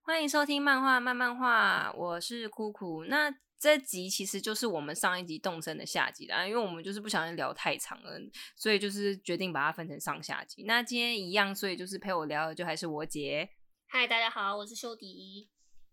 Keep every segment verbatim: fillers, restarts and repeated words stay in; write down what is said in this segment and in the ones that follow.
欢迎收听漫画慢漫画，我是酷酷。那这集其实就是我们上一集动森的下集啦，因为我们就是不小心聊太长了，所以就是决定把它分成上下集。那今天一样，所以就是陪我聊的就还是我姐。 嗨，大家好，我是修迪。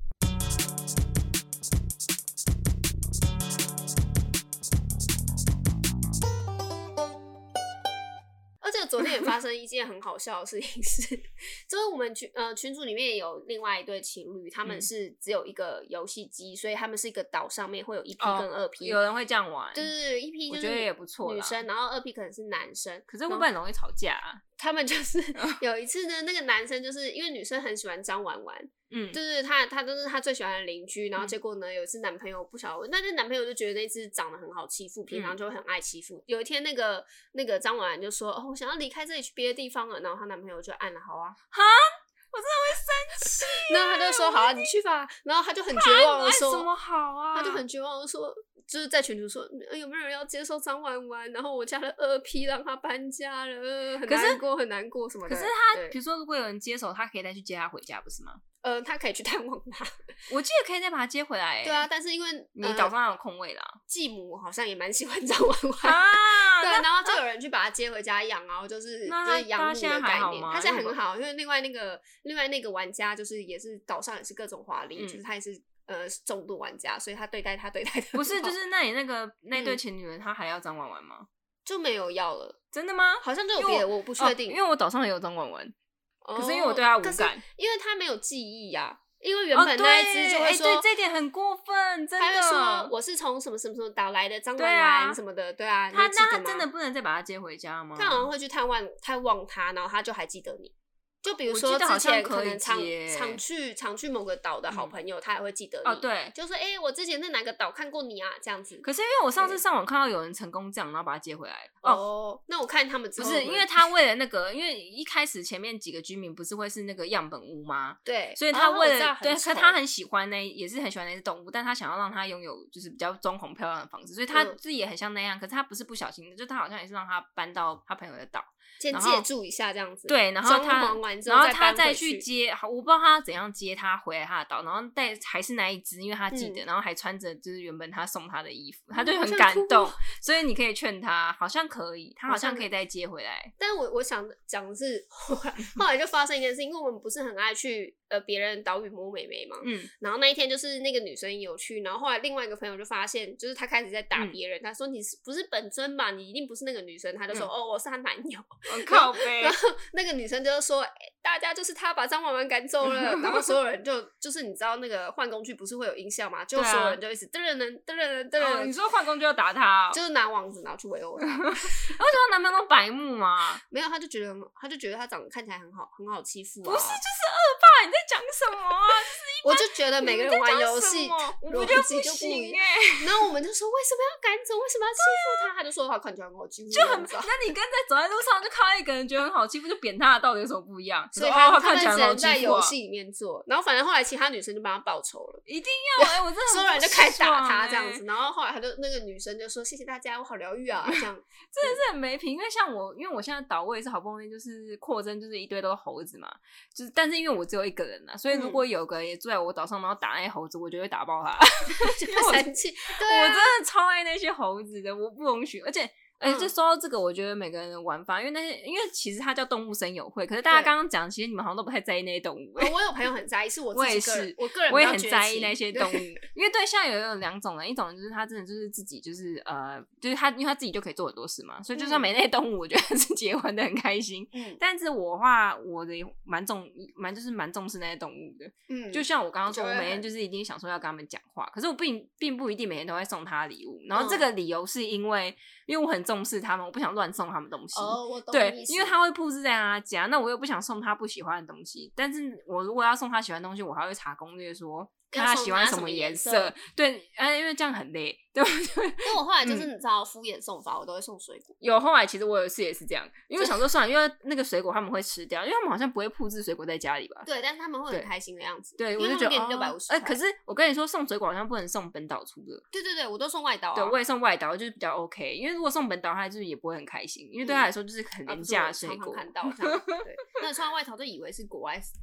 而且昨天也发生一件很好笑的事情是，就是我们群呃群组里面有另外一对情侣，他们是只有一个游戏机，所以他们是一个岛上面会有一 P 跟二 P，、 哦、有人会这样玩， 对对对，一 P 就是我觉得也不错女生，然后二 P 可能是男生， 可是会不会很容易吵架啊？ 他们就是有一次呢，那个男生就是因为女生很喜欢张婉婉， 嗯， 就是他他都是他最喜欢的邻居，然后结果呢，有一次男朋友不晓得，那那男朋友就觉得那只长得很好欺负，平常就会很爱欺负。嗯、有一天，那个那个张婉婉就说：“哦，我想要离开这里去别的地方了。”然后她男朋友就按了好啊， 哈，我真的会生气。 然后他就说：“好啊，你去吧。”然后他就很绝望的说：“ 什么好啊？” 他就很绝望的说。就是在群组说有没有人要接受张婉婉，然后我家的二 P 让他搬家了，很难过很难过什么的。 可是他比如说如果有人接手，他可以再去接他回家，不是吗？ 呃，他可以去探望他， 我记得可以再把他接回来。 对啊，但是因为你岛上有空位啦， 呃、继母好像也蛮喜欢张婉婉啊， 对，然后就有人去把他接回家养，然后就是就是养母的概念。他现在很好，因为另外那个另外那个玩家就是也是岛上也是各种华丽，嗯、就是他也是。呃，重度玩家，所以他对待他对待的不是，就是那你那个那对情侣人，嗯、他还要张婉婉吗？ 就没有要了， 真的吗？ 好像就有别的，我不确定、 哦，因为我岛上也有张婉婉，哦、可是因为我对他无感， 因为他没有记忆呀、啊。因为原本那一只就会说， 哦、对, 对，这点很过分，真的。 他会说我是从什么什么什么岛来的张婉婉什么的，对啊。 他那他真的不能再把他接回家吗？ 他好像会去探望探望他，然后他就还记得你。就比如说之前可能常常去常去某个岛的好朋友，嗯、他也会记得你。 哦，对， 就说哎、欸，我之前在哪个岛看过你啊，这样子。 可是因为我上次上网看到有人成功这样，然后把他接回来。 哦，哦那我看他们之后不是，因为他为了那个，因为一开始前面几个居民不是会是那个样本屋吗？ 对， 所以他为了、 哦、 对，可他很喜欢那，也是很喜欢那只动物，但他想要让它拥有就是比较装潢漂亮的房子，所以他自己也很像那样。嗯、可是他不是不小心的，就他好像也是让他搬到他朋友的岛。 先借住一下这样子， 对，然后他，然后他再去接，我不知道他怎样接他回来他的岛，然后带还是那一只，因为他记得，嗯、然后还穿着就是原本他送他的衣服，他就很感动，所以你可以劝他，好像可以，他好像可以再接回来。 但我我想讲的是，后来后来就发生一件事，因为我们不是很爱去呃别人岛屿摸妹妹嘛，嗯，然后那一天就是那个女生有去，然后后来另外一个朋友就发现，就是他开始在打别人，嗯、他说你不是本尊吧，你一定不是那个女生，他就说、嗯、哦我是他男友， 我靠背。 然后那个女生就说、欸：“大家就是他把张婉婉赶走了。”然后所有人就就是你知道那个换工具不是会有音效吗？就所有人就一直噔噔噔噔噔噔噔。 你说换工具要打他、哦， 就是拿网子然后去围殴他。为什么男朋友都白目嘛？ 没有，他就觉得他就觉得他长得看起来很好，很好欺负、啊。 不是，就是恶霸，你在讲什么啊？就是我就觉得每个人玩游戏逻辑就不一样。然后我们就说为什么要赶走？为什么要欺负他？他就说他看起来很好欺负， 就很。那你跟在走在路上就看到一个人觉得很好欺负，就扁他的，到底有什么不一样？ 所以他、 哦、 他们只能在游戏里里面做。然后反正后来其他女生就帮他报仇了， 一定要哎、欸，我真的所有人就开始打他这样子。然后后来他就那个女生就说谢谢大家，我好疗愈啊，这样真的是很没品。因为像我，因为我现在岛位是好不容易就是扩增，就是一堆都是猴子嘛，就是但是因为我只有一个人啊，所以如果有个人也住在我岛上，然后打那些猴子，我就会打爆他， 就会生气。对、啊， 我真的超爱那些猴子的，我不容许，而且。而且就说到这个，我觉得每个人的玩法，因为那些，因为其实它叫动物森友会，可是大家刚刚讲，其实你们好像都不太在意那些动物、欸。 我有朋友很在意，是我自己个人， 我也是，我个人我也很在意那些动物，因为对，像有有两种人，一种就是他真的就是自己就是呃，就是他因为他自己就可以做很多事嘛，所以就算没那些动物，我觉得自己也玩得很开心。嗯，但是我的话，我的蛮重蛮就是蛮重视那些动物的。嗯，就像我刚刚说，我每天就是一定想说要跟他们讲话，可是我并并不一定每天都会送他礼物，然后这个理由是因为。因为我很重视他们，我不想乱送他们东西。 哦，我懂。 对，因为他会布置在他家，那我又不想送他不喜欢的东西。但是我如果要送他喜欢的东西，我还会查攻略说看他喜欢什么颜色。对，啊，因为这样很累，对不对？ 因为我后来就是你知道敷衍送法，我都会送水果。 有后来其实我有一次也是这样，因为我想说算了，因为那个水果他们会吃掉，因为他们好像不会布置水果在家里吧？ 对，但是他们会很开心的样子。 对，我就觉得六百五十。 哎，可是我跟你说，送水果好像不能送本岛出的。 对对对，我都送外岛、啊。 对，我也送外岛，就是比较 OK。因为如果送本岛，他就是也不会很开心，因为对他来说就是很廉价的水果。 嗯啊、常常看到这样。对，那穿外岛就以为是国外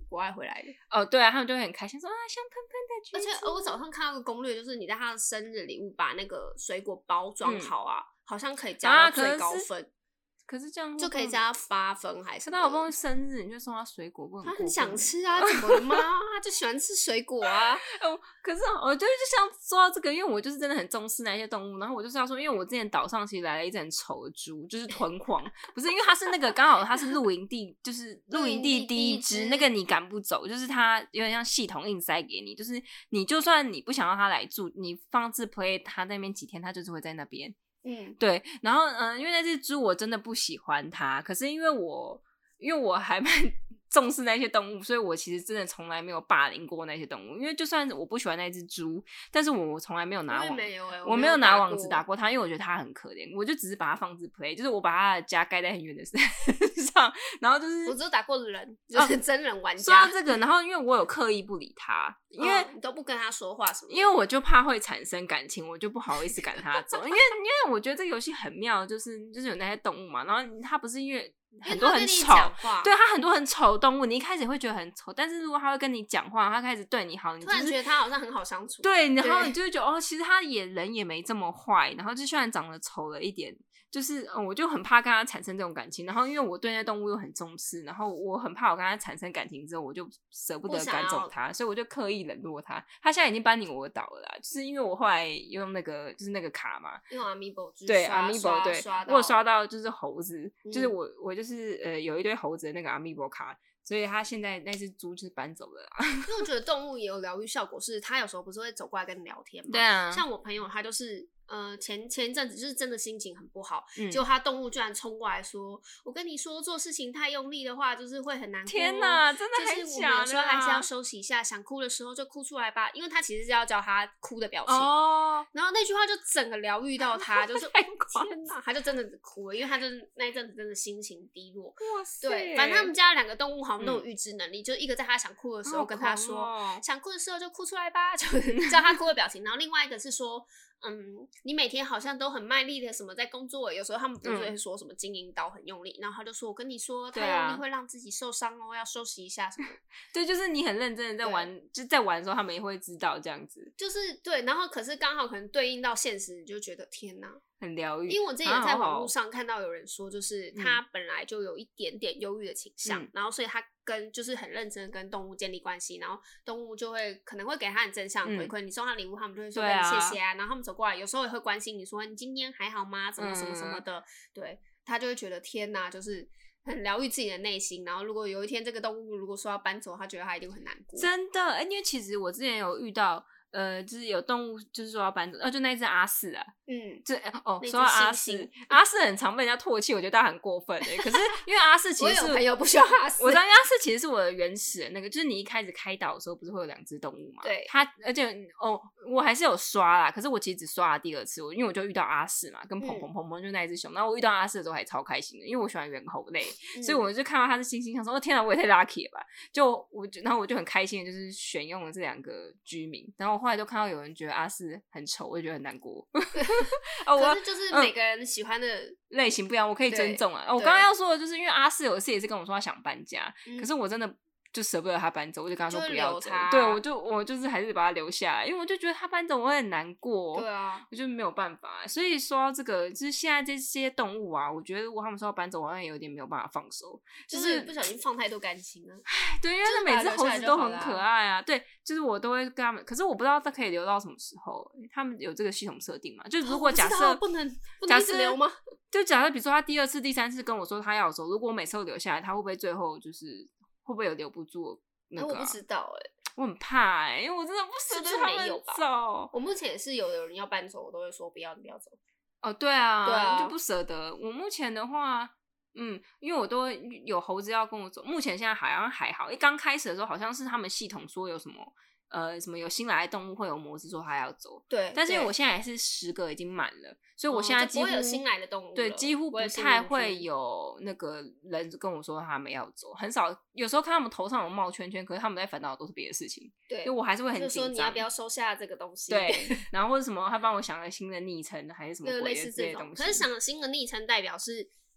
国外回来的。 哦，对啊，他们就会很开心说啊，香喷喷的橘子。 而且、呃、我早上看到个攻略，就是你在他的生日礼物把那个水果包装好啊，嗯、好像可以加到最高分。啊可是这样就可以加八分还是？ 可他好不容易生日，你就送他水果，不很他很想吃啊，怎么了吗？他就喜欢吃水果啊。 哦，可是我就是就像说到这个，因为我就是真的很重视那些动物，然后我就是要说，因为我之前岛上其实来了一只很丑的猪，就是豚狂，不是因为它是那个刚好它是露营地，就是露营地第一只，那个你赶不走，就是它有点像系统硬塞给你，就是你就算你不想让它来住，你放置 play 它那边几天，它就是会在那边。嗯，对，然后嗯、呃，因为那只猪我真的不喜欢它，可是因为我因为我还蛮重视那些动物，所以我其实真的从来没有霸凌过那些动物。因为就算我不喜欢那只猪，但是我从来没有拿网， 我没有、欸、 我没有拿网子打过它，因为我觉得它很可怜。我就只是把它放置 play， 就是我把它的家盖在很远的山上，然后就是我只有打过人，就是真人玩家。 说到这个，然后因为我有刻意不理它，因为、 哦、你都不跟他说话什么的， 因为我就怕会产生感情，我就不好意思赶它走。因为因为我觉得这个游戏很妙，就是就是有那些动物嘛，然后它不是因为。很多很丑，对它很多很丑的动物，你一开始会觉得很丑，但是如果它会跟你讲话，它开始对你好，你、就是、 突然觉得它好像很好相处。 对，然后你就会觉得哦，其实它也人也没这么坏，然后就虽然长得丑了一点，就是嗯，我就很怕跟它产生这种感情。然后因为我对那些动物又很重视，然后我很怕我跟它产生感情之后，我就舍不得赶走它，所以我就刻意冷落它。它现在已经搬离我的岛了啦，就是因为我后来用那个就是那个卡嘛， 用 Amiibo 对 Amiibo 对，我有刷到就是猴子， 嗯、 就是我我就是呃有一堆猴子的那个 Amiibo 卡。所以他现在那只猪就是搬走了啦。 因为我觉得动物也有疗愈效果，是它有时候不是会走过来跟你聊天嘛？ 对啊。 像我朋友他就是呃前前一阵子就是真的心情很不好， 嗯、 结果他动物居然冲过来说：“我跟你说，做事情太用力的话，就是会很难过。” 天哪，真的很假的！就是我们有时候还是要休息一下，想哭的时候就哭出来吧，因为他其实是要教他哭的表情。哦。然后那句话就整个疗愈到他，就是天哪，他就真的哭了，因为他就是那一阵子真的心情低落。 哇塞！ 对，反正他们家两个动物好像都有预知能力，嗯、就一个在他想哭的时候跟他说：“ 哦、 想哭的时候就哭出来吧。”就叫他哭的表情。然后另外一个是说。嗯，你每天好像都很卖力的什么在工作，有时候他们不是会说什么金银刀很用力，嗯、然后他就说我跟你说太用力会让自己受伤哦，要休息一下什么。 对，就是你很认真的在玩，就在玩的时候他们也会知道这样子。 就是对，然后可是刚好可能对应到现实，你就觉得天哪。 很疗愈， 因为我之前也在网络上看到有人说，就是他本来就有一点点忧郁的倾向，嗯、然后所以他跟就是很认真跟动物建立关系，然后动物就会可能会给他很正向回馈，嗯、你送他礼物，他们就会说跟你谢谢啊，然后他们走过来，有时候也会关心你说你今天还好吗？怎么什么什么的，嗯、对他就会觉得天哪，就是很疗愈自己的内心。然后如果有一天这个动物如果说要搬走，他觉得他一定会很难过。 真的，欸、因为其实我之前有遇到。呃，就是有动物，就是说要搬走，哦，就那一只阿四啊，嗯，这哦，说到阿四，阿四很常被人家唾弃，我觉得他很过分的。可是因为阿四其实是我有朋友不喜欢阿四， 我知道阿四其实是我的原始的那个，就是你一开始开岛的时候不是会有两只动物嘛？ 对， 它而且哦，我还是有刷啦，可是我其实只刷了第二次，我因为我就遇到阿四嘛，跟鹏鹏鹏鹏就那一只熊，然后我遇到阿四的时候还超开心的，因为我喜欢猿猴类，嗯、所以我就看到它是猩猩，想说哦天哪，我也太 lucky 了吧！就我就然后我就很开心的，就是选用了这两个居民，然后我后来就看到有人觉得阿四很丑，我就觉得很难过。 哦，可是就是每个人喜欢的、 嗯、类型不一样，我可以尊重啊。哦、我刚刚要说的就是，因为阿四有一次也是跟我说他想搬家，嗯、可是我真的就舍不得他搬走，我就跟他说不要走。对，我就我就是还是把他留下来，因为我就觉得他搬走我会很难过。 对啊， 我就没有办法。所以说到这个，就是现在这些动物啊，我觉得如果他们说要搬走，我好像有点没有办法放手， 就是不小心放太多感情了。 对，因为他每只猴子都很可爱啊。对，就是我都会跟他们，可是我不知道它可以留到什么时候。他们有这个系统设定嘛？就如果假设、 哦、不能不能一直留吗？ 就假设比如说他第二次、第三次跟我说他要走，如果我每次都留下来，他会不会最后就是会不会有留不住？那个啊、 我不知道哎、欸， 我很怕哎、欸，因为我真的不舍得他们走。 我目前也是有人要搬走，我都会说不要，你不要走。 哦，对啊， 对啊， 就不舍得。我目前的话，嗯，因为我都有猴子要跟我走，目前现在好像还好。因为刚开始的时候，好像是他们系统说有什么。呃，什么有新来的动物会有模子说他要走， 对， 但是因为我现在也是十个已经满了，所以我现在几乎、 哦、不会有新来的动物， 对，几乎不太会有那个人跟我说他们要走，很少。有时候看他们头上有冒圈圈，可是他们在烦恼的都是别的事情， 对， 因为我还是会很紧张。 就说你要不要收下这个东西？ 对，然后或者什么，他帮我想了新的昵称还是什么鬼的这些东西。 可是想了新的昵称，代表是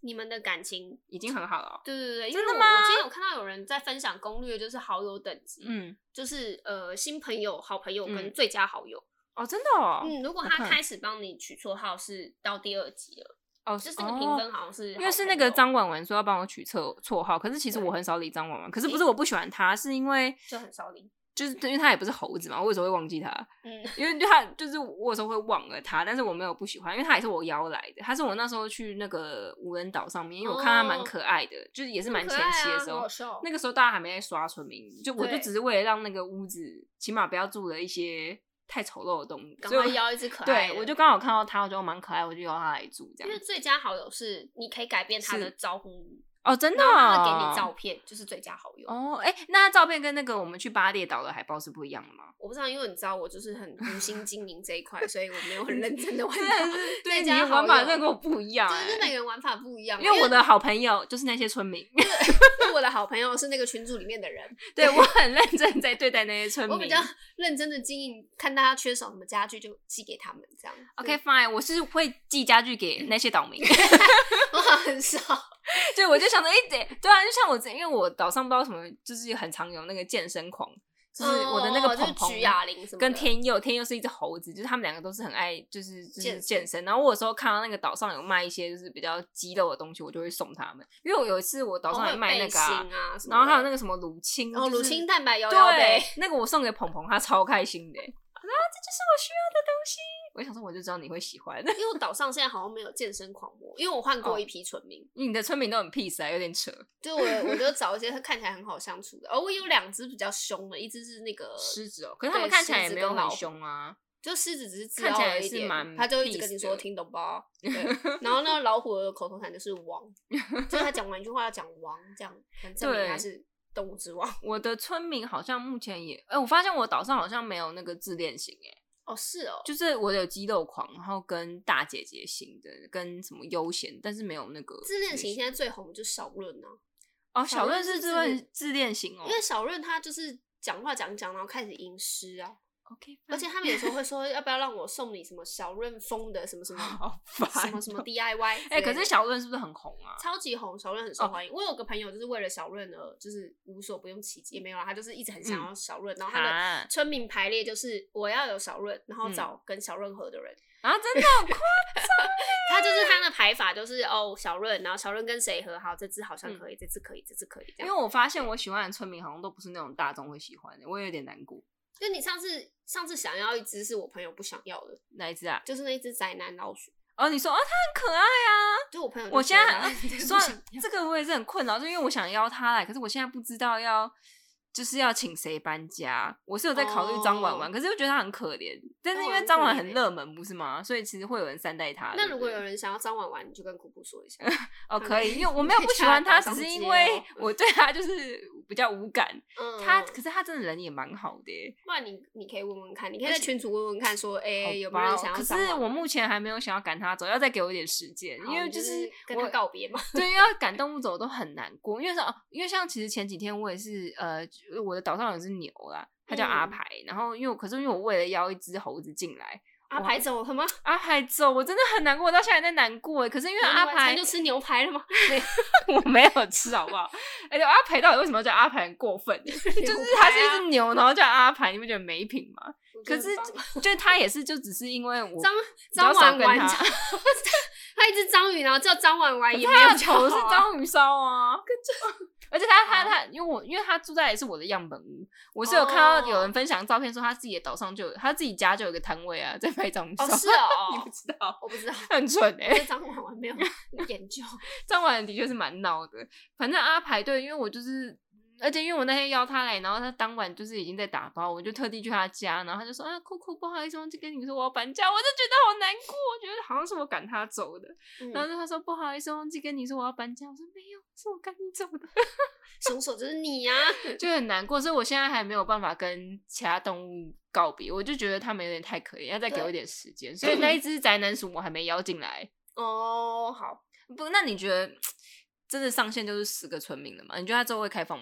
你们的感情已经很好了、哦。 对对对， 真的吗？ 我今天有看到有人在分享攻略，就是好友等级，嗯，就是呃新朋友、好朋友跟最佳好友。 嗯、哦，真的哦。 嗯，如果他开始帮你取绰号是到第二级了。哦，就是这个评分好像是、哦， 因为是那个张婉婉说要帮我取绰绰号，可是其实我很少理张婉婉，可是不是我不喜欢他，是因为就很少理， 就是因为他也不是猴子嘛，我有时候会忘记他，嗯，因为就他就是我有时候会忘了他，但是我没有不喜欢，因为他也是我邀来的，他是我那时候去那个无人岛上面，因为我看他蛮可爱的，哦、就是也是蛮前期的时候， 啊、 那个时候大家还没在刷村民，就我就只是为了让那个屋子起码不要住了一些。太丑陋的动物， 赶快邀一只可爱的。对，我就刚好看到它，我觉得蛮可爱，我就邀它来住这样。 因为最佳好友是你可以改变他的招呼语哦，真的、 哦，然后他会给你照片，就是最佳好友哦。哎、欸，那照片跟那个我们去巴列岛的海报是不一样的吗？ 我不知道，因为你知道我就是很无心经营这一块，所以我没有很认真的玩到。 对，你的玩法真的跟我不一样、欸， 就是每个人玩法不一样。 因为我的好朋友就是那些村民， 我的好朋友是那个群组里面的人， 对我很认真在对待那些村民。 我比较认真的经营，看大家缺少什么家具就寄给他们这样。 OK fine， 我是会寄家具给那些岛民， 我很少。 就我就想着，哎、欸，对啊，就像我，因为我岛上不知道什么，就是很常有那个健身狂。就是我的那个鹏鹏跟天佑，天佑是一只猴子，就是他们两个都是很爱就是就是健身。然后我有时候看到那个岛上有卖一些就是比较肌肉的东西，我就会送他们。因为我有一次我岛上有卖那个、啊啊， 然后还有那个什么乳清， 哦，乳、 就是、 清蛋白摇摇杯， 那个我送给鹏鹏，他超开心的。啊，这就是我需要的东西。我想说，我就知道你会喜欢。 因为我岛上现在好像没有健身狂魔，因为我换过一批村民。 哦、你的村民都很 peace 啊，有点扯。 就我，我就找一些看起来很好相处的。哦，我有两只比较凶的，一只是那个狮子哦，可是他们看起来也没有很凶啊。 就狮子只是看起来是蛮， 他就一直跟你说听懂吧。对，然后那个老虎的口头禅就是王，就是他讲完一句话要讲王，这样很证明他是动物之王。 我的村民好像目前也，哎、欸，我发现我岛上好像没有那个自恋型，哎。 哦，是哦， 就是我有肌肉狂，然后跟大姐姐型的，跟什么悠闲，但是没有那个自恋型。现在最红的就是小润啊， 哦，小润是自恋自恋型哦， 因为小润他就是讲话讲讲，然后开始吟诗啊。 OK， 而且他们有时候会说，要不要让我送你什么小润风的什么什么， 好烦， 什么什么 D I Y。 哎、欸，可是小润是不是很红啊？ 超级红，小润很受欢迎。哦、我有个朋友就是为了小润而就是无所不用其极，也没有啦，他就是一直很想要小润、嗯，然后他的村民排列就是我要有小润，然后找跟小润合的人。 啊，真的好夸张！ 他就是他的排法，就是哦小润，然后小润跟谁和好，这只好像可以，嗯、这只可以，这只可以这样。 因为我发现我喜欢的村民好像都不是那种大众会喜欢的，我也有点难过。 就你上次上次想要一只是我朋友不想要的， 哪一只啊？ 就是那只宅男老鼠。 哦，你说哦，它很可爱啊！ 就我朋友就， 我现在算这个我也是很困扰，就因为我想邀他来，可是我现在不知道要。就是要请谁搬家，我是有在考虑张婉婉， oh. 可是又觉得他很可怜。但是因为张婉很热门，不是吗？所以其实会有人善待他。 那如果有人想要张婉婉，你就跟姑姑说一下。 哦，可以，因为我没有不喜欢他，只是因为我对他就是比较无感。嗯，他可是他真的人也蛮好的耶。 不然你你可以问问看，你可以在群组问问看，说哎、欸、有没有人想要张婉婉？ 可是我目前还没有想要赶他走，要再给我一点时间，因为就是跟他告别嘛。 对，因为要赶动物走都很难过，因为像因为像其实前几天我也是呃，我的岛上有。是牛啦，它叫阿排、嗯，然后因为可是因为我为了邀一只猴子进来， 阿排走了吗？ 阿排走，我真的很难过，我到现在在难过。可是因为阿排就吃牛排了吗？ 我没有吃，好不好？哎、欸，阿排到底为什么要叫阿排？很过分，啊、就是它是一只牛，然后叫阿排，你不觉得没品吗？可是就他也是，就只是因为我张张婉婉，他一只章鱼，然后叫张婉婉，也没有头是章鱼烧啊。而且他他他，因为我因为他住在也是我的样本屋，我是有看到有人分享照片说他自己的岛上就有他自己家就有个摊位啊，在卖章鱼烧。 哦，是哦， 你不知道？ 我不知道， 很蠢哎、欸。 张婉婉没有研究， 张婉婉的确是蛮闹的。反正阿排对，因为我就是。而且因为我那天邀他来，然后他当晚就是已经在打包，我就特地去他家，然后他就说啊，酷酷，不好意思，忘记跟你们说我要搬家，我就觉得好难过，我觉得好像是我赶他走的。嗯、然后他说不好意思，忘记跟你说我要搬家，我说没有，是我赶你走的。 凶手就是你呀、啊， 就很难过，所以我现在还没有办法跟其他动物告别，我就觉得他们有点太可怜，要再给我一点时间。所以那一只宅男鼠我还没邀进来。 哦，好， 不，那你觉得真的上线就是十个村民了吗？你觉得他之后会开放吗？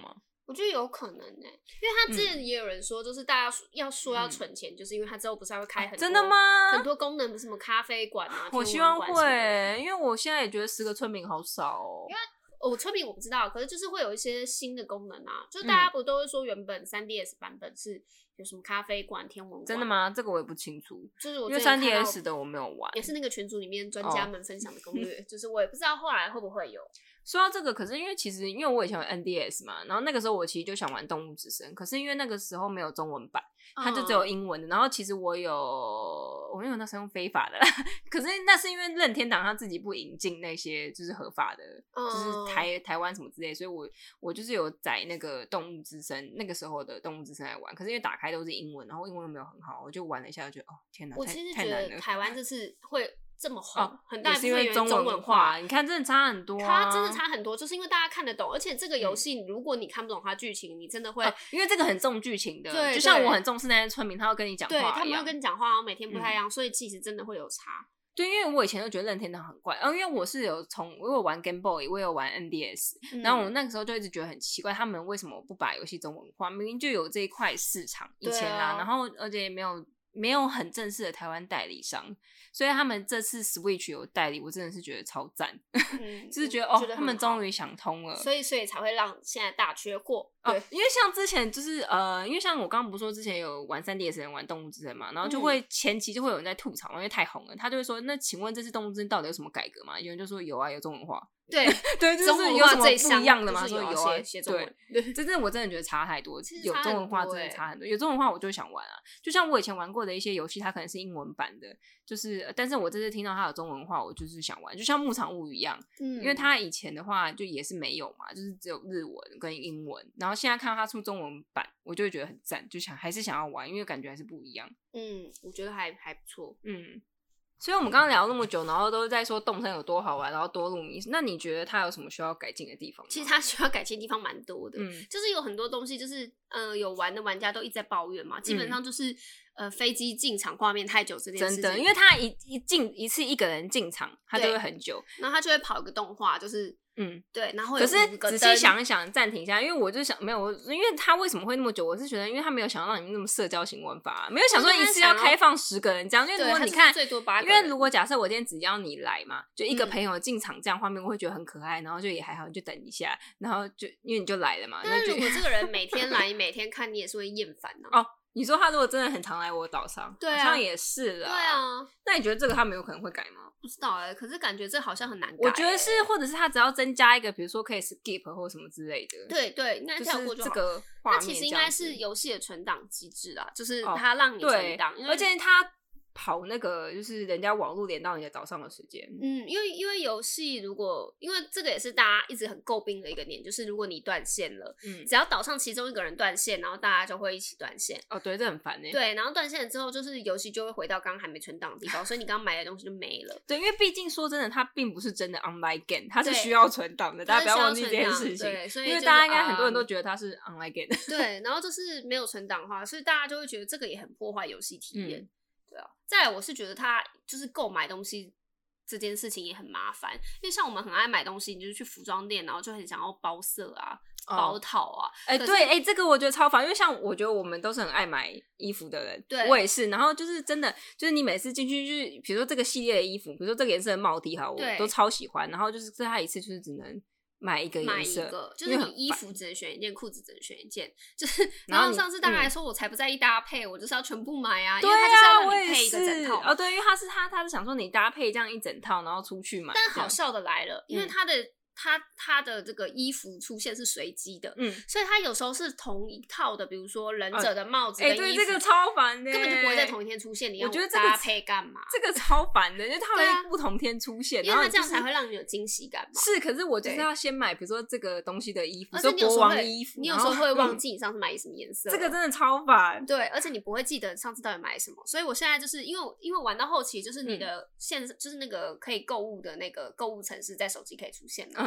我觉得有可能呢、欸，因为他之前也有人说，就是大家要说要存钱，嗯、就是因为他之后不是还会开很多、啊、 真的吗？ 很多功能，不是什么咖啡馆啊， 我希望会，因为我现在也觉得十个村民好少哦。 因为我村民我不知道，可是就是会有一些新的功能啊，就大家不都会说原本 三 D S 版本是有什么咖啡馆、天文馆？ 真的吗？这个我也不清楚， 就是我因为 三 D S 的我没有玩， 也是那个群组里面专家们分享的攻略，哦、就是我也不知道后来会不会有。 说到这个，可是因为其实因为我以前有 N D S 嘛，然后那个时候我其实就想玩动物之声，可是因为那个时候没有中文版，它就只有英文的。然后其实我有，我因为那时候用非法的啦，可是那是因为任天堂他自己不引进那些就是合法的，就是台台湾什么之类，所以我我就是有载那个动物之声那个时候的动物之声来玩，可是因为打开都是英文，然后英文又没有很好，我就玩了一下，就觉得哦天哪， 我其实觉太难了。 得台湾这次会这么红， 哦、 很大一部分因为中文化，你看真的差很多、啊， 它真的差很多，就是因为大家看得懂，而且这个游戏、嗯、如果你看不懂它剧情，你真的会、 哦，因为这个很重剧情的， 对， 就像我很重视那些村民，他会跟你讲话一样， 对，他们会跟你讲话，然后每天不太一样、嗯，所以其实真的会有差。 对，因为我以前就觉得任天堂很怪，哦，因为我是有从我有玩 Game Boy， 我有玩 N D S，、嗯、然后我那个时候就一直觉得很奇怪，他们为什么不把游戏中文化？明明就有这一块市场，以前啊，然后而且也没有没有很正式的台湾代理商。所以他们这次 Switch 有代理，我真的是觉得超赞，嗯、就是觉得哦，他们终于想通了， 所以所以才会让现在大缺货。对、 哦，因为像之前就是呃，因为像我刚刚不是说之前有玩 三 D S 人玩动物之声嘛，然后就会、嗯、前期就会有人在吐槽，因为太红了，他就会说，那请问这次动物之声到底有什么改革吗？有人就说有啊，有中文化。 对对，就是有什么不一样的吗？ 说有啊， 写中文。 对，真的我真的觉得差太多，有中文化真的差很多。有中文化我就想玩啊，就像我以前玩过的一些游戏，它可能是英文版的，就是但是我这次听到它有中文化，我就是想玩，就像《牧场物语》一样，嗯，因为它以前的话就也是没有嘛，就是只有日文跟英文，然后现在看到它出中文版，我就会觉得很赞，就想还是想要玩，因为感觉还是不一样。 嗯，我觉得还还不错。 嗯。所以我们刚刚聊那么久，然后都在说动森有多好玩，然后多入迷。那你觉得它有什么需要改进的地方吗？ 其实它需要改进的地方蛮多的，嗯，就是有很多东西，就是呃，有玩的玩家都一直在抱怨嘛。基本上就是、嗯、呃，飞机进场画面太久这件事情， 真的，因为它一一进一次一个人进场，它就会很久， 然后它就会跑一个动画，就是。 嗯， 对，然后可是仔细想一想，暂停一下，因为我就想没有，因为他为什么会那么久？我是觉得，因为他没有想要让你那么社交型玩法、啊，没有想说一次要开放十个人这样。因为如果你看， 最多八个因为如果假设我今天只要你来嘛，就一个朋友进场这样画面，我会觉得很可爱，然后就也还好，你就等一下，然后就因为你就来了嘛。 但是如果这个人每天来，每天看，你也是会厌烦的。 哦，你说他如果真的很常来我岛上， 对啊， 好像也是啦。 对啊， 那你觉得这个他们有可能会改吗？ 不知道哎、欸，可是感觉这好像很难改、欸。 我觉得是，或者是他只要增加一个，比如说可以 skip 或什么之类的。 对对，应该跳过就好。 就是这个画面， 那其实应该是游戏的存档机制啦，就是它让你存档、 哦，而且它跑那个就是人家网络连到你的岛上的时间。 嗯，因为因为游戏如果因为这个也是大家一直很诟病的一个点，就是如果你断线了，嗯，只要岛上其中一个人断线，然后大家就会一起断线。 哦，对，这很烦欸。 对，然后断线了之后，就是游戏就会回到刚刚还没存档的地方，所以你刚刚买的东西就没了。 对，因为毕竟说真的，它并不是真的 online game， 它是需要存档的，大家不要忘记这件事情。 对，所以、就是、 因为大家应该很多人都觉得它是 online game。 对，然后就是没有存档的话，所以大家就会觉得这个也很破坏游戏体验。嗯，对啊，再来我是觉得他就是购买东西这件事情也很麻烦，因为像我们很爱买东西，你就是去服装店，然后就很想要包色啊、哦、包套啊。 哎、欸，对，哎、欸，这个我觉得超烦，因为像我觉得我们都是很爱买衣服的人，对，我也是。然后就是真的，就是你每次进去，就是比如说这个系列的衣服，比如说这个颜色的帽 T 好，我都超喜欢。然后就是这他一次就是只能买一个颜色， 买一个，就是你衣服只能选一件，裤子只能选一件，就是然后上次大家还说我才不在意搭配，嗯、我就是要全部买啊，因为他就是要让你配一个整套。 哦，对，因为他是他他是想说你搭配这样一整套，然后出去买。 但好笑的来了，因为他的。嗯他他的这个衣服出现是随机的，嗯，所以他有时候是同一套的，比如说忍者的帽子跟衣服，哎、 欸，对，这个超烦的， 根本就不会在同一天出现。你要搭配干嘛？ 这个超烦的，因为它会不同天出现， 因为它这样才会让你有惊喜感嘛。 是，可是我就是要先买，比如说这个东西的衣服， 而且你国王的衣服， 你有时候会忘记你上次买什么颜色， 这个真的超烦。 对，而且你不会记得上次到底买什么，所以我现在就是因为因为玩到后期，就是你的线、嗯、就是那个可以购物的那个购物程式在手机可以出现了，嗯，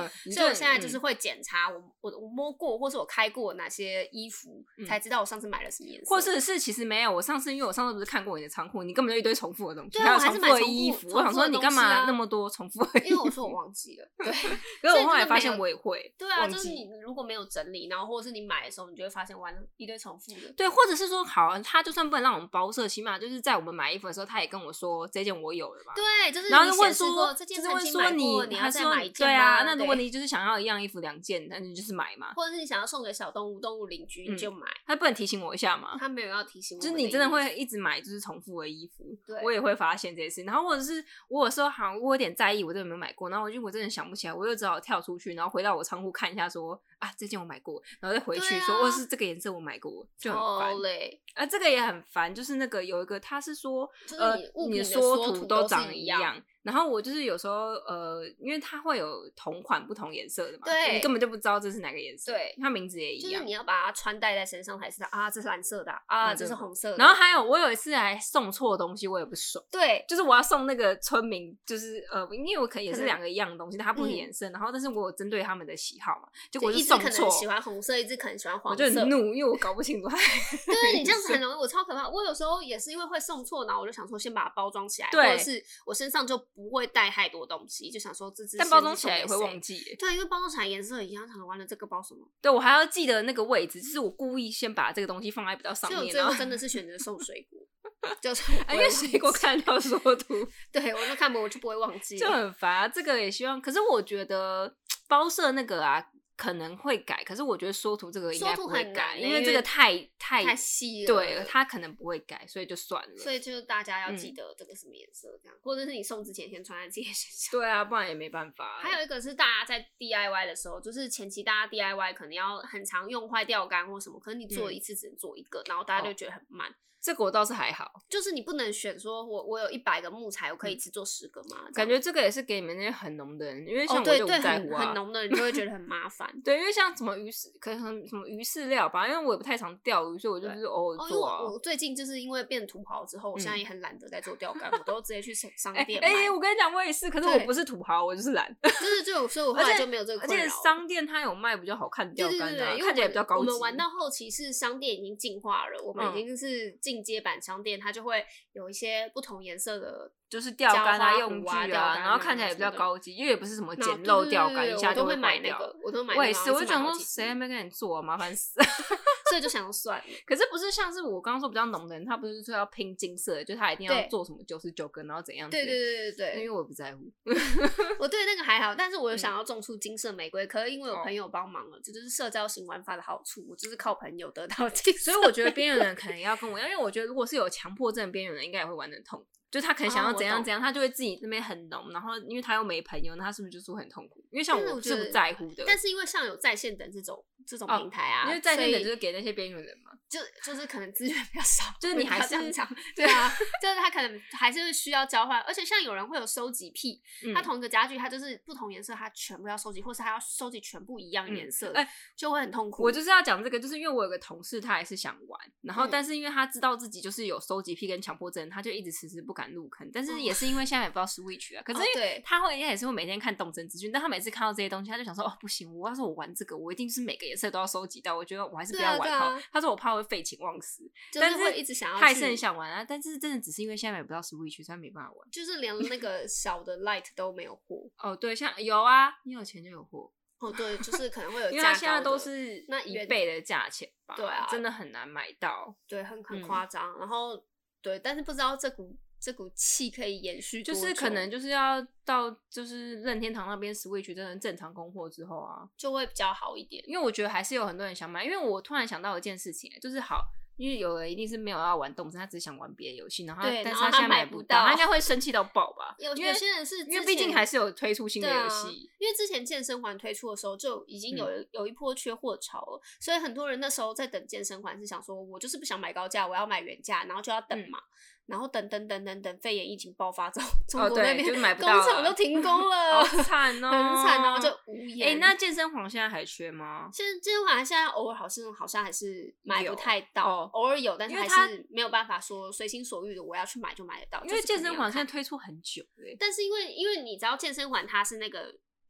嗯， 所以我现在就是会检查我我我摸过或是我开过哪些衣服，嗯、才知道我上次买了什么颜色。 或是是其实没有，我上次因为我上次不是看过你的仓库，你根本就一堆重复的东西， 对啊， 还有重复的衣服。我想说你干嘛那么多重复的衣服？ 因为我说我忘记了。对， 可是我后来发现我也会。 对啊，就是你如果没有整理，然后或者是你买的时候，你就会发现完了一堆重复的。 对，或者是说好，他就算不能让我们包色，起码就是在我们买衣服的时候，他也跟我说这件我有了吧？ 对，就是然后就问说， 这就是问说你你要再买一件吗？对啊，那如果你就是想要一样衣服两件，那你就是买嘛。 或者是你想要送给小动物、动物邻居，你就买。 他不能提醒我一下吗？ 他没有要提醒我， 就是你真的会一直买就是重复的衣服， 对， 我也会发现这些事。然后或者是我有时候好像我有点在意，我真的有没有买过，然后我就我真的想不起来，我就只好跳出去，然后回到我仓库看一下说，说啊这件我买过，然后再回去说，或、啊、是这个颜色我买过，就很烦。啊，这个也很烦，就是那个有一个他是说， 就是呃， 你的缩图都长一样。然后我就是有时候呃，因为它会有同款不同颜色的嘛， 对， 你根本就不知道这是哪个颜色， 对， 它名字也一样， 就是你要把它穿戴在身上才知道啊，这是蓝色的啊，嗯、这是红色的。 然后还有我有一次还送错东西，我也不爽， 对， 就是我要送那个村民，就是呃，因为我可能也是两个一样的东西，但它不是颜色，嗯、然后但是我有针对他们的喜好嘛，结果我就送错， 一只可能喜欢红色，一只可能喜欢黄色， 我就很怒，因为我搞不清楚它。 对，你这样子很容易，我超可怕。我有时候也是因为会送错，然后我就想说先把它包装起来，或者是我身上就不会带太多东西，就想说这只， 但包装起来也会忘记耶。 对，因为包装起来颜色一样，想完了这个包什么？ 对，我还要记得那个位置，就是我故意先把这个东西放在比较上面。 所以我最后真的是选择送水果，就是因为水果看到缩图， 对我就看我就不会忘记， 就很烦、啊。这个也希望，可是我觉得包色那个啊。可能会改，可是我觉得缩图这个应该不会改，因为这个太太太细了， 对，它可能不会改，所以就算了。 所以就是大家要记得这个什么颜色，这样、嗯，或者是你送之前先穿在自己身上。 对啊，不然也没办法。 还有一个是大家在 D I Y 的时候，就是前期大家 D I Y 可能要很常用坏钓竿或什么，可是你做一次只能做一个，嗯、然后大家就觉得很慢。哦这个我倒是还好， 就是你不能选说我我有一百个木材，我可以只做十个嘛？ 感觉这个也是给你们那些很浓的人，因为像我就不在乎啊， 哦、很, 很浓的人就会觉得很麻烦。 对，因为像什么鱼饲，可能什么鱼饲料吧，因为我也不太常钓鱼，所以我就是偶尔做、啊。 哦，我最近就是因为变土豪之后，我现在也很懒得再做钓竿，嗯、我都直接去商店买。 哎、欸欸，我跟你讲，我也是，可是我不是土豪，我就是懒。 就是就所以我后来就没有这个困扰。 而且商店它有卖比较好看的钓竿、啊， 对对对对， 看起来比较高级。 我们玩到后期是商店已经进化了，我们已经是进阶版商店。它就会有一些不同颜色的， 就是钓竿啊、用具啊， 啊然后看起来也比较高级，因为也不是什么简陋钓竿，一下就会买那个，我都买。 我也是，我就想说谁还没跟你做啊，麻烦死。 所以就想要算了。 可是不是像是我刚刚说比较浓的人，他不是说要拼金色的，就他一定要做什么九十九根，然后怎样？ 对对对对对， 因为我不在乎。 我对那个还好，但是我有想要种出金色玫瑰，可是因为有朋友帮忙了，这就是社交型玩法的好处，我就是靠朋友得到金色。 所以我觉得边缘人可能要跟我一样，因为我觉得如果是有强迫症的边缘人，应该也会玩得很痛苦。就他可能想要怎样怎样，他就会自己那边很浓，然后因为他又没朋友，那他是不是就是会很痛苦？因为像我是不在乎的， 但是因为像有在线等这种这种平台啊， 因为在线等就是给那些边缘人嘛， 就就是可能资源比较少， 就是你还是这样讲，对啊，就是他可能还是需要交换，而且像有人会有收集癖，嗯、他同一个家具，他就是不同颜色，他全部要收集，或是他要收集全部一样颜色，哎、嗯，就会很痛苦。 我就是要讲这个，就是因为我有个同事，他也是想玩，然后但是因为他知道自己就是有收集癖跟强迫症，他就一直迟迟不敢入坑，但是。也是因为现在也不知道 Switch 啊，可是因为他会也是会每天看动森资讯，但他每次看到这些东西，他就想说哦不行，我要是我玩这个，我一定是每个颜色都要收集到，我觉得我还是不要玩好。啊啊、他说我怕会废寝忘食， 就是会一直想要， 他还是很想玩啊，但是真的只是因为现在买不到 Switch， 所以没办法玩， 就是连那个小的 Light 都没有货。 哦，对，像有啊，你有钱就有货。 哦，对，就是可能会有价高的， 因为它现在都是那一倍的价钱吧， 对啊， 真的很难买到， 对，很很夸张、嗯。然后对，但是不知道这股。这股气可以延续多久， 就是可能就是要到就是任天堂那边 Switch 真的正常供货之后啊， 就会比较好一点。 因为我觉得还是有很多人想买，因为我突然想到一件事情，就是好，因为有人一定是没有要玩动森，他只是想玩别的游戏，然后但是他现在买不到，他应该会生气到爆吧？ 有有些人是因为毕竟还是有推出新的游戏、啊， 因为之前健身环推出的时候就已经有、嗯、有一波缺货潮了，所以很多人那时候在等健身环是想说，我就是不想买高价，我要买原价，然后就要等嘛。嗯然后等等等等等，肺炎疫情爆发之后，中国那边、 哦、 工厂都停工了， 好惨哦， 很惨，然后就无言。 哎，那健身环现在还缺吗？ 现在健身环现在偶尔好像好像还是买不太到，哦、偶尔有，但是还是没有办法说随心所欲的，我要去买就买得到。 因为健身环现在推出很久了， 但是因为因为你知道健身环它是那个。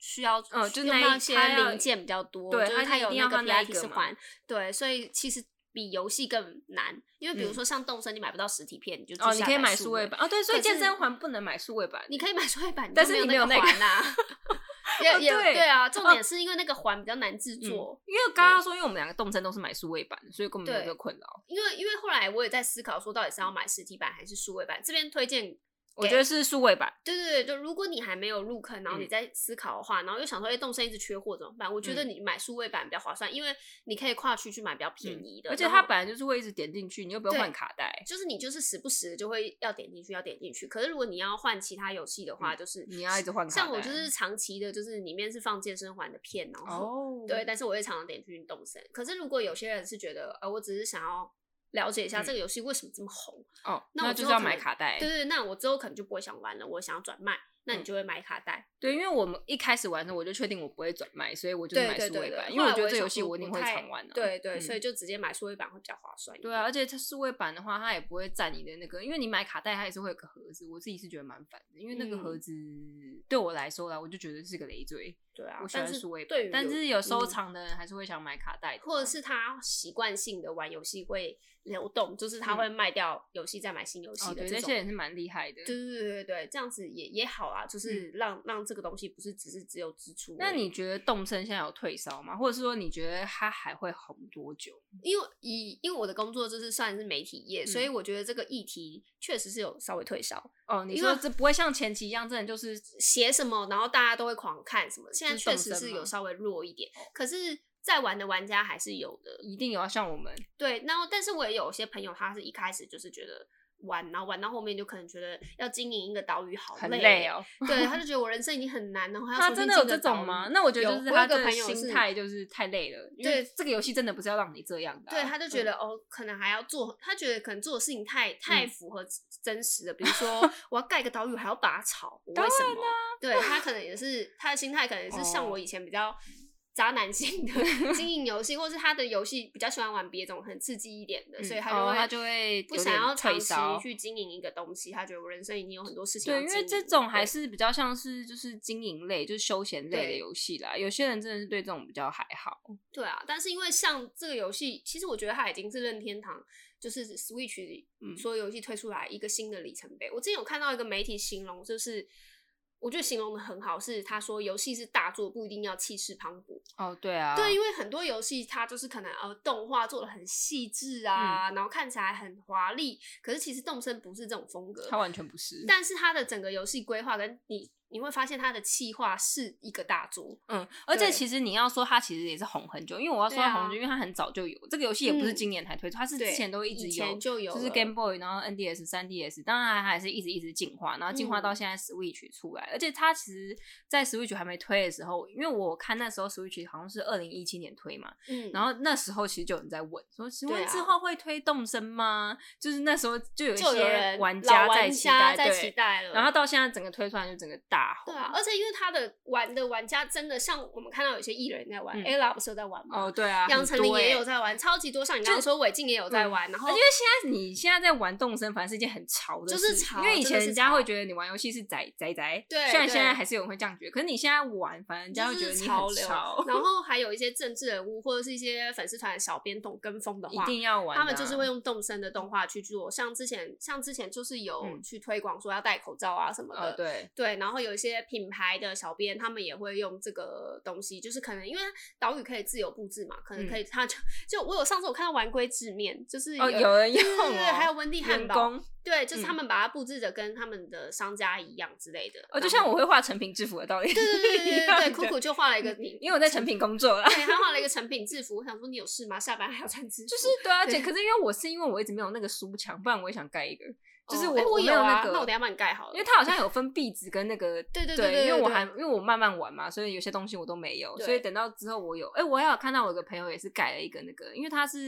需要嗯，就是用到一些零件比较多， 对， 就是它有那个皮拉提斯环， 对，所以其实比游戏更难，因为比如说像动森，你买不到实体片，你就去哦，你可以买数位版哦，对，所以健身环不能买数位版， 你可以买数位版， 但是你没有那个环啊。也也对对啊，重点是因为那个环比较难制作， 因为刚刚说，因为我们两个动森都是买数位版，所以根本没有这个困扰。 因为因为后来我也在思考说，到底是要买实体版还是数位版，这边推荐。 我觉得是数位版， 对对对，就如果你还没有入坑，然后你在思考的话，嗯、然后又想说，哎、欸，动森一直缺货怎么办？我觉得你买数位版比较划算，因为你可以跨区去买比较便宜的， 嗯、而且它本来就是会一直点进去，你又不用换卡带， 就是你就是时不时就会要点进去，要点进去。可是如果你要换其他游戏的话，嗯、就是你要一直换卡带。 像我就是长期的，就是里面是放健身环的片，然后、 哦、 对，但是我会常常点进去动森。可是如果有些人是觉得，呃，我只是想要。了解一下这个游戏为什么这么红、 嗯、哦， 那我就是要买卡带。 对对对，那我之后可能就不会想玩了，我想要转卖，那你就会买卡带。 嗯、对，因为我们一开始玩的时候，我就确定我不会转卖，所以我就是买数位版，因为我觉得这游戏我一定会常玩的、啊。 对对、嗯，所以就直接买数位版会比较划算一点。 对啊，而且它数位版的话，它也不会占你的那个，因为你买卡带，它也是会有个盒子。我自己是觉得蛮烦的，因为那个盒子、嗯、对我来说啦，我就觉得是个累赘。 对啊， 我喜欢数位版，但是有收藏的人还是会想买卡带的、 嗯，或者是他习惯性的玩游戏会流动，就是他会卖掉游戏再买新游戏的这种、嗯哦、 对，那些人是蛮厉害的。 对对对对对，这样子也也好啊，就是让、嗯、让这个东西不是只是只有支出。 那你觉得动森现在有退烧吗？或者是说你觉得它还会红多久？ 因为以因为我的工作就是算是媒体业、嗯，所以我觉得这个议题确实是有稍微退烧。 哦，你说这不会像前期一样，真的就是写什么，然后大家都会狂看什么。现在确实是有稍微弱一点，可是在玩的玩家还是有的， 一定有要像我们。 对，然后但是我也有些朋友，他是一开始就是觉得玩，然后玩到后面就可能觉得要经营一个岛屿好累， 很累哦。 对，他就觉得我人生已经很难，然后他真的有这种吗？那我觉得就是他的心态就是太累了，因为这个游戏真的不是要让你这样的、啊。 对，他就觉得、嗯、哦，可能还要做，他觉得可能做的事情太太符合真实的，嗯、比如说我要盖个岛屿还要拔草，我为什么？对他可能也是他的心态，可能也是像我以前比较。渣男性的经营游戏，或是他的游戏比较喜欢玩别种很刺激一点的，嗯、所以他就会、 哦、他就会不想要长期去经营一个东西。他觉得我人生已经有很多事情要经营。 对，因为这种还是比较像是就是经营类，就是休闲类的游戏啦。有些人真的是对这种比较还好。 对啊，但是因为像这个游戏，其实我觉得它已经是任天堂就是 Switch 所有游戏推出来一个新的里程碑。嗯、我之前有看到一个媒体形容，就是。我觉得形容的很好，是他说游戏是大作，不一定要气势磅礴。 哦，对啊， 对，因为很多游戏它就是可能呃动画做的很细致啊、嗯，然后看起来很华丽，可是其实动森不是这种风格， 它完全不是。 但是它的整个游戏规划跟你。你会发现它的企划是一个大作， 嗯，而且其实你要说它其实也是红很久，因为我要说它红很久，因为它很早就有这个游戏，也不是今年才推出，它是之前都一直有， 以前就有， 就是 Game Boy， 然后 N D S、三 D S， 当然它还是一直一直进化，然后进化到现在 Switch 出来，嗯、而且它其实，在 Switch 还没推的时候，因为我看那时候 Switch 好像是二零一七年推嘛，嗯，然后那时候其实就有人在问说，请问之后会推动森吗？就是那时候就有一些玩家在期待， 在期待了， 然后到现在整个推出来就整个大红， 对啊，而且因为他的玩的玩家真的像我们看到有些艺人在玩 ，Ella 不是有在玩吗？ 哦，对啊， 杨丞琳也有在玩，超级多。像你刚刚说，韦静也有在玩，然后因为现在你现在在玩动森，反正是一件很潮的事， 就是潮。 因为以前人家会觉得你玩游戏是宅宅宅， 对， 虽然现在还是有人会这样觉得，可是你现在玩，反正人家会觉得你很潮。 然后还有一些政治人物或者是一些粉丝团的小编懂跟风的话， 一定要玩， 他们就是会用动森的动画去做。像之前，像之前就是有去推广说要戴口罩啊什么的， 对对。然后有一些品牌的小编，他们也会用这个东西，就是可能因为岛屿可以自由布置嘛，可能可以，他就就我有上次我看到玩龟制面，就是哦有人用哦， 对，还有温蒂汉堡，对，就是他们把它布置的跟他们的商家一样之类的。 哦，就像我会画成品制服的道理， 对对对对对对，苦苦就画了一个， 因为我在成品工作啦， 对，他画了一个成品制服，我想说你有事吗？下班还要穿制服？ 就是对啊，姐，可是因为我是因为我一直没有那个书墙，不然我也想盖一个。就是我、 哦欸、我有啊， 那个， 那我等一下帮你盖好了。 因为它好像有分壁纸跟那个， 对对对, 对, 对, 对， 因为我还因为我慢慢玩嘛，所以有些东西我都没有，所以等到之后我有，哎、欸，我还有看到我有个朋友也是盖了一个那个，因为他是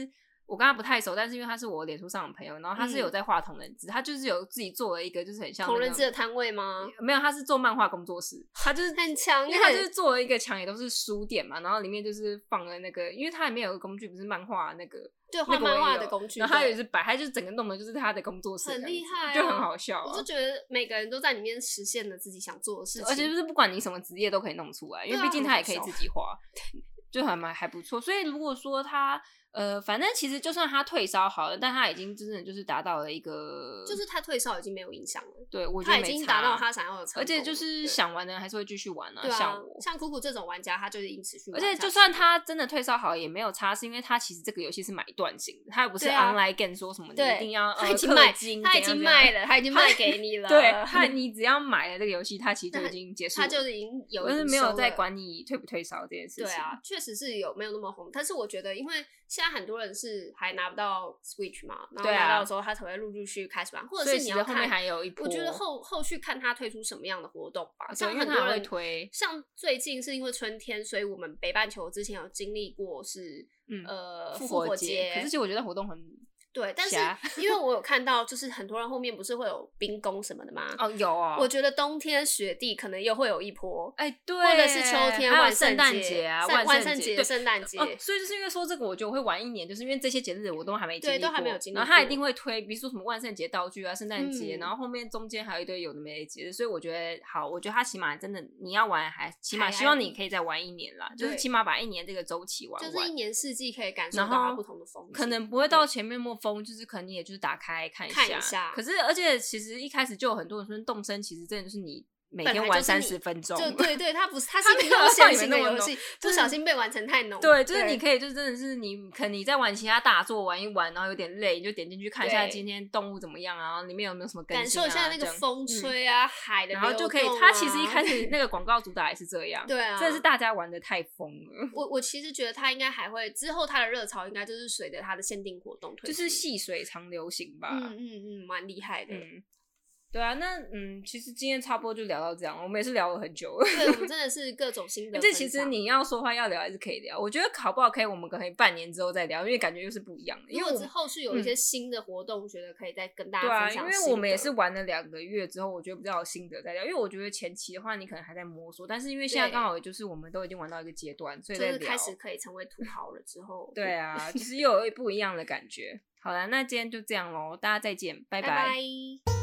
我跟他不太熟，但是因为他是我脸书上的朋友，然后他是有在画同人志、嗯、他就是有自己做了一个就是很像、那個、 同人志的摊位吗？ 没有，他是做漫画工作室，他就是很强， 因为他就是做了一个墙也都是书店嘛，然后里面就是放了那个，因为他里面有个工具不是漫画那个对画漫画的工具， 然后他也是摆，他就整个弄的就是他的工作室， 很厉害、啊， 就很好笑、啊。 我就觉得每个人都在里面实现了自己想做的事情， 而且就是不管你什么职业都可以弄出来，因为毕竟他也可以自己画，就还蛮还不错。所以如果说他呃，反正其实就算他退烧好了，但他已经真的就是达到了一个， 就是他退烧已经没有影响了。 对，我觉得没差， 他已经达到他想要的成功， 而且就是想玩的人还是会继续玩啊。 对啊， 像我， 像苦苦这种玩家，他就是一直持续玩。 而且就算他真的退烧好了也没有差，是因为他其实这个游戏是买断型的，他又不是 online game 说什么你一定要他已经卖，他已经卖了，他已经卖给你了。 对，他你只要买了这个游戏，他其实就已经结束了， 他就已经有， 就是没有在管你退不退烧这件事情。 对啊，确实是有没有那么红，但是我觉得，因为现在很多人是还拿不到 Switch 嘛，然后拿到之后他才会陆陆续续开始玩，或者是你要看后面还有一波， 我觉得后后续看他推出什么样的活动吧。 像很多人会推， 像最近是因为春天，所以我们北半球之前有经历过是、嗯、呃复活节， 可是其实我觉得活动很。 对，但是因为我有看到，就是很多人后面不是会有冰宫什么的吗？ 哦，有哦。 我觉得冬天雪地可能又会有一波， 哎、欸，对， 或者是秋天万圣节啊， 万圣节、圣诞节、 哦。所以就是因为说这个，我就会晚一年，就是因为这些节日我都还没经历过， 对，都还没有经历过。 然后他一定会推，比如说什么万圣节道具啊、圣诞节、嗯，然后后面中间还有一堆有的没的节日，所以我觉得好，我觉得他起码真的你要玩还起码希望你可以再玩一年啦，就是起码把一年这个周期玩完， 就是一年四季可以感受到它不同的风景， 可能不会到前面末风，就是可能也。就是打开看一下， 看一下。 可是，而且其实一开始就有很多人说，动森其实真的就是你每天玩三十分钟， 就对对，它不是，它是一个有线型的游戏，不小心被玩成太浓。 对，就是你可以，就真的是你，可能你在玩其他大作玩一玩，然后有点累，你就点进去看一下今天动物怎么样啊，然后里面有没有什么更新啊， 感受一下那个风吹啊，嗯、海的流动、啊， 然后就可以。它其实一开始那个广告主打也是这样， 对啊， 真的是大家玩的太疯了。 我我其实觉得它应该还会之后它的热潮应该就是随着它的限定活动推出， 就是细水长流型吧。 嗯嗯嗯，蛮厉害的。 嗯对啊，那嗯，其实今天差不多就聊到这样，我们也是聊了很久了。 对，我们真的是各种新的。 这其实你要说话要聊还是可以聊，我觉得考不好可以，我们可以半年之后再聊，因为感觉又是不一样的。因为我们后续有一些新的活动，嗯、觉得可以再跟大家分享。 对啊，因为我们也是玩了两个月之后，我觉得比较有心得再聊。因为我觉得前期的话，你可能还在摸索，但是因为现在刚好就是我们都已经玩到一个阶段，所以在聊就是开始可以成为土豪了之后。 对啊，就是又有不一样的感觉。好啦，那今天就这样咯，大家再见，拜拜。 拜拜。